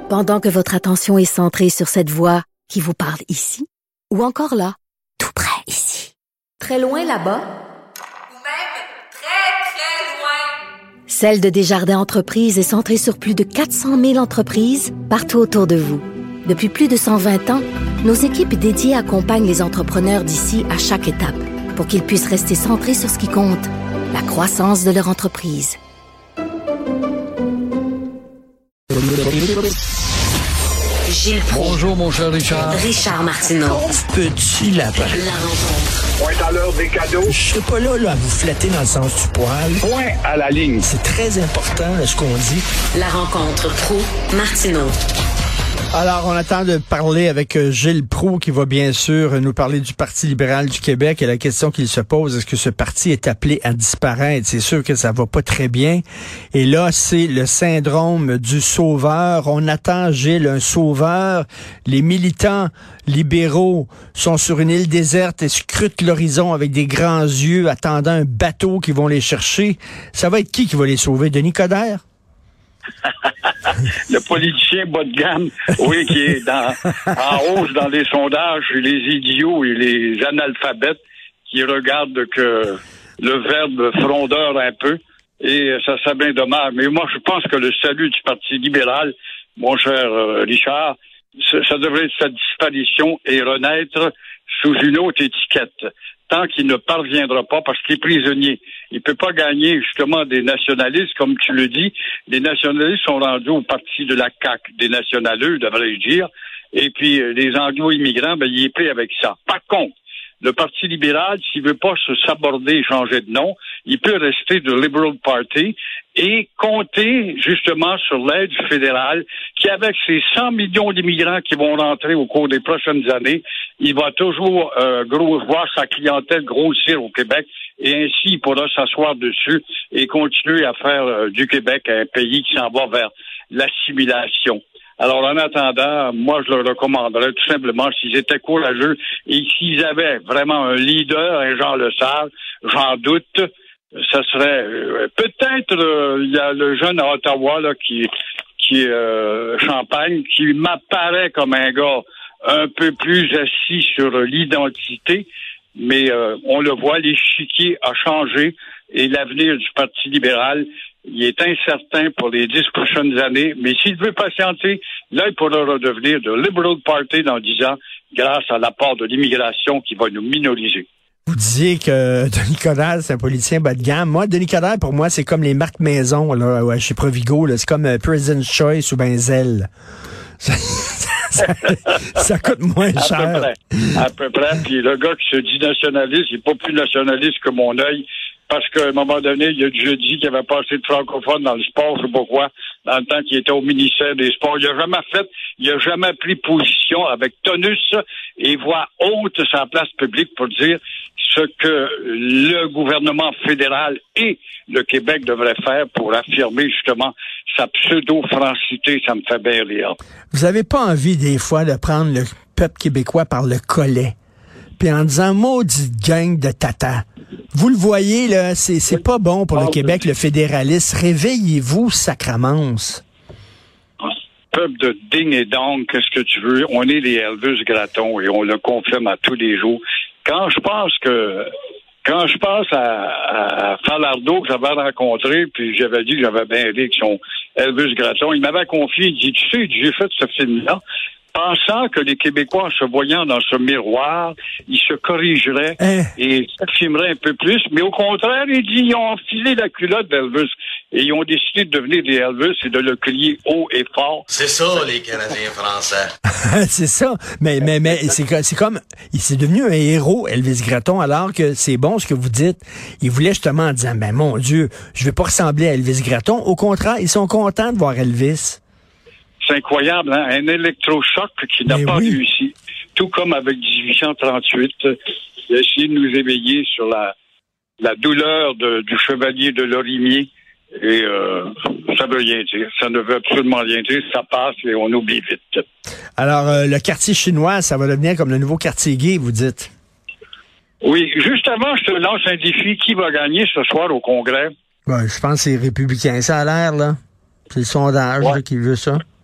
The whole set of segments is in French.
Pendant que votre attention est centrée sur cette voix qui vous parle ici, ou encore là, tout près ici, très loin là-bas, ou même très, très loin. Celle de Desjardins Entreprises est centrée sur plus de 400 000 entreprises partout autour de vous. Depuis plus de 120 ans, nos équipes dédiées accompagnent les entrepreneurs d'ici à chaque étape pour qu'ils puissent rester centrés sur ce qui compte, la croissance de leur entreprise. Gilles Proulx. Bonjour, mon cher Richard. Richard Martineau. Petit lapin. La rencontre. Point à l'heure des cadeaux. Je suis pas là à vous flatter dans le sens du poil. Point à la ligne. C'est très important, là, ce qu'on dit. La rencontre Proulx-Martineau. Alors, on attend de parler avec Gilles Proulx qui va bien sûr nous parler du Parti libéral du Québec et la question qu'il se pose, est-ce que ce parti est appelé à disparaître? C'est sûr que ça va pas très bien. Et là, c'est le syndrome du sauveur. On attend, Gilles, un sauveur. Les militants libéraux sont sur une île déserte et scrutent l'horizon avec des grands yeux, attendant un bateau qui vont les chercher. Ça va être qui va les sauver? Denis Coderre? Le politicien bas de gamme, oui, qui est en hausse dans les sondages, les idiots et les analphabètes qui regardent que le verbe frondeur un peu, et ça serait bien dommage. Mais moi, je pense que le salut du Parti libéral, mon cher Richard, ça devrait être sa disparition et renaître sous une autre étiquette. Tant qu'il ne parviendra pas, parce qu'il est prisonnier. Il peut pas gagner, justement, des nationalistes, comme tu le dis. Les nationalistes sont rendus au parti de la CAQ, des nationaleux, devrais-je dire. Et puis, les anglo-immigrants, il est pris avec ça. Par contre, le Parti libéral, s'il veut pas se saborder et changer de nom, il peut rester de Liberal Party et compter justement sur l'aide fédérale qui, avec ces 100 millions d'immigrants qui vont rentrer au cours des prochaines années, il va toujours voir sa clientèle grossir au Québec et ainsi il pourra s'asseoir dessus et continuer à faire du Québec un pays qui s'en va vers l'assimilation. Alors, en attendant, moi, je leur recommanderais tout simplement, s'ils étaient courageux et s'ils avaient vraiment un leader, un Jean Lesage, j'en doute, ça serait peut-être, il y a le jeune à Ottawa là qui est Champagne, qui m'apparaît comme un gars un peu plus assis sur l'identité, mais on le voit, l'échiquier a changé et l'avenir du Parti libéral, il est incertain pour les 10 prochaines années, mais s'il veut patienter, là, il pourra redevenir de Liberal Party dans 10 ans grâce à l'apport de l'immigration qui va nous minoriser. Vous disiez que Denis Coderre, c'est un politicien bas de gamme. Moi, Denis Coderre, pour moi, c'est comme les marques maison là, chez Provigo. Là. C'est comme President's Choice ou ben Zelle. Ça coûte moins cher. À peu près. Puis le gars qui se dit nationaliste, il n'est pas plus nationaliste que mon œil. Parce qu'à un moment donné, il y a du jeudi qui avait pas assez de francophones dans le sport, je sais pas quoi, dans le temps qu'il était au ministère des Sports. Il a jamais pris position avec tonus et voix haute sur la place publique pour dire ce que le gouvernement fédéral et le Québec devraient faire pour affirmer justement sa pseudo-francité. Ça me fait bien rire. Vous avez pas envie des fois de prendre le peuple québécois par le collet, puis en disant maudite gang de tata. Vous le voyez, là, c'est pas bon pour le Québec, le fédéralisme. Réveillez-vous, sacramence. Peuple de ding et dong, qu'est-ce que tu veux? On est les Elvis Gratton et on le confirme à tous les jours. Quand je pense à Falardeau que j'avais rencontré, puis j'avais dit que j'avais bien aidé avec son Elvis Gratton, il m'avait confié, il dit, tu sais, j'ai fait ce film-là, pensant que les Québécois, en se voyant dans ce miroir, ils se corrigeraient et s'affirmeraient un peu plus. Mais au contraire, il dit, ils ont enfilé la culotte d'Elvis et ils ont décidé de devenir des Elvis et de le crier haut et fort. C'est ça, les Canadiens français. C'est ça. Mais c'est comme, il s'est devenu un héros, Elvis Gratton, alors que c'est bon ce que vous dites. Il voulait justement en disant, ben mon Dieu, je vais pas ressembler à Elvis Gratton. Au contraire, ils sont contents de voir Elvis. C'est incroyable, hein? Un électrochoc qui n'a pas réussi. Tout comme avec 1838, il a essayé de nous éveiller sur la douleur du chevalier de Lorimier. Et ça veut rien dire. Ça ne veut absolument rien dire. Ça passe et on oublie vite. Alors, le quartier chinois, ça va devenir comme le nouveau quartier gay, vous dites? Oui. Juste avant, je te lance un défi. Qui va gagner ce soir au Congrès? Ben, je pense que c'est les républicains. Ça a l'air, là. C'est le sondage là, qui veut ça.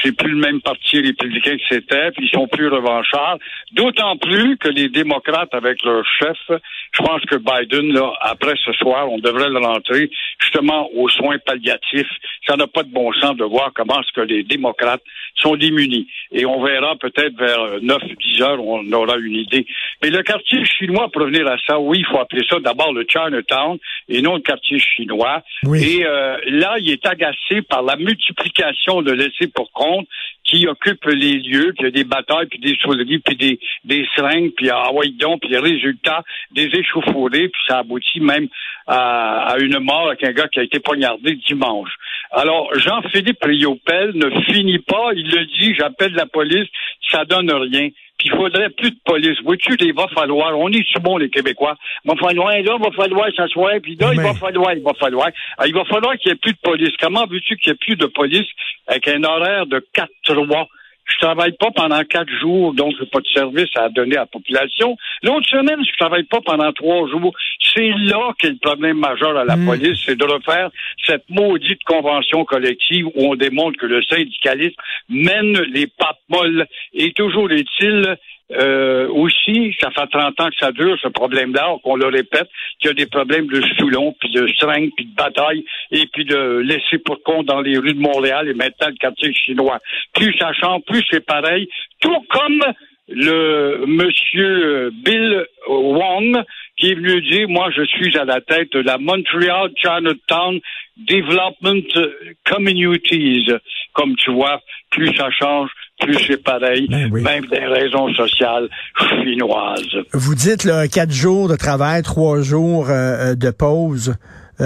c'est plus le même parti républicain que c'était, puis ils sont plus revanchards. D'autant plus que les démocrates, avec leur chef, je pense que Biden, là, après ce soir, on devrait le rentrer justement aux soins palliatifs. Ça n'a pas de bon sens de voir comment est-ce que les démocrates sont démunis. Et on verra peut-être vers 9-10 heures, on aura une idée. Mais le quartier chinois, pour revenir à ça, oui, il faut appeler ça d'abord le Chinatown et non le quartier chinois. Oui. Et là, il est agacé par la multiplication de laissés pour compte qui occupent les lieux, puis il y a des batailles, puis des souleries, puis des seringues, puis puis les résultats, des échauffourées, puis ça aboutit même à une mort avec un gars qui a été poignardé dimanche. Alors, Jean-Philippe Riopel ne finit pas, il le dit, j'appelle la police, ça donne rien. Puis il faudrait plus de police. Vois-tu, il va falloir, on est bon les Québécois, il va falloir s'asseoir, puis là, il va falloir. Alors, il va falloir qu'il n'y ait plus de police. Comment veux-tu qu'il n'y ait plus de police avec un horaire de 4-3? Je travaille pas pendant 4 jours, donc j'ai pas de service à donner à la population. L'autre semaine, je travaille pas pendant 3 jours. C'est là qu'est le problème majeur à la police, c'est de refaire cette maudite convention collective où on démontre que le syndicalisme mène les papes molles. Et toujours est-il aussi, ça fait 30 ans que ça dure, ce problème-là, qu'on le répète, qu'il y a des problèmes de Soulon, puis de seringues, puis de bataille, et puis de laisser pour compte dans les rues de Montréal et maintenant le quartier chinois. Plus ça change, plus c'est pareil. Tout comme le monsieur Bill Wong, qui est venu dire, moi, je suis à la tête de la Montreal Chinatown Development Communities. Comme tu vois, plus ça change, plus c'est pareil, même des raisons sociales chinoises. Vous dites, là, 4 jours de travail, 3 jours de pause.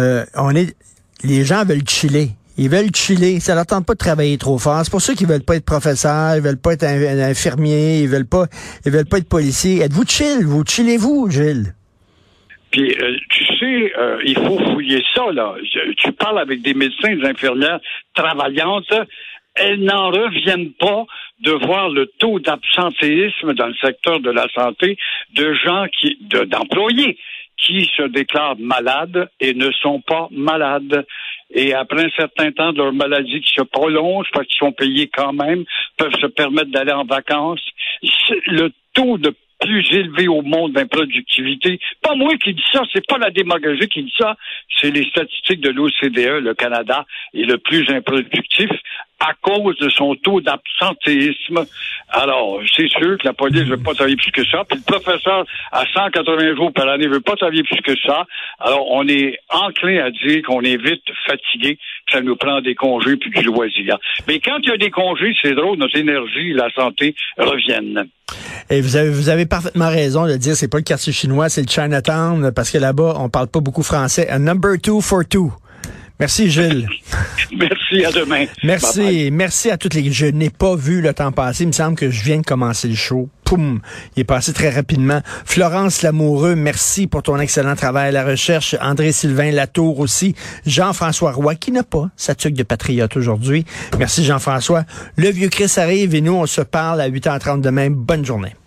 Les gens veulent chiller. Ils veulent chiller. Ça leur tente pas de travailler trop fort. C'est pour ça qu'ils veulent pas être professeurs, ils veulent pas être infirmiers, ils veulent pas être policiers. Êtes-vous chill? Vous chillez-vous, Gilles? Puis, tu sais, il faut fouiller ça, là. Tu parles avec des médecins, des infirmières travaillantes, elles n'en reviennent pas de voir le taux d'absentéisme dans le secteur de la santé de gens d'employés qui se déclarent malades et ne sont pas malades. Et après un certain temps de leur maladie qui se prolonge, parce qu'ils sont payés quand même, peuvent se permettre d'aller en vacances. Le taux de plus élevé au monde d'improductivité. Pas moi qui dis ça, c'est pas la démagogie qui dit ça, c'est les statistiques de l'OCDE. Le Canada est le plus improductif à cause de son taux d'absentéisme. Alors, c'est sûr que la police veut pas travailler plus que ça, puis le professeur à 180 jours par année veut pas travailler plus que ça. Alors, on est enclin à dire qu'on est vite fatigué, ça nous prend des congés puis du loisir. Mais quand il y a des congés, c'est drôle, notre énergie, la santé reviennent. Et vous avez parfaitement raison de dire c'est pas le quartier chinois, c'est le Chinatown, parce que là-bas, on parle pas beaucoup français. A number 2 for 2. Merci, Gilles. Merci, à demain. Merci. Bye-bye. Merci à toutes les... Je n'ai pas vu le temps passer. Il me semble que je viens de commencer le show. Poum! Il est passé très rapidement. Florence Lamoureux, merci pour ton excellent travail à la recherche. André-Sylvain Latour aussi. Jean-François Roy, qui n'a pas sa tuque de patriote aujourd'hui. Merci, Jean-François. Le vieux Chris arrive et nous, on se parle à 8h30 demain. Bonne journée.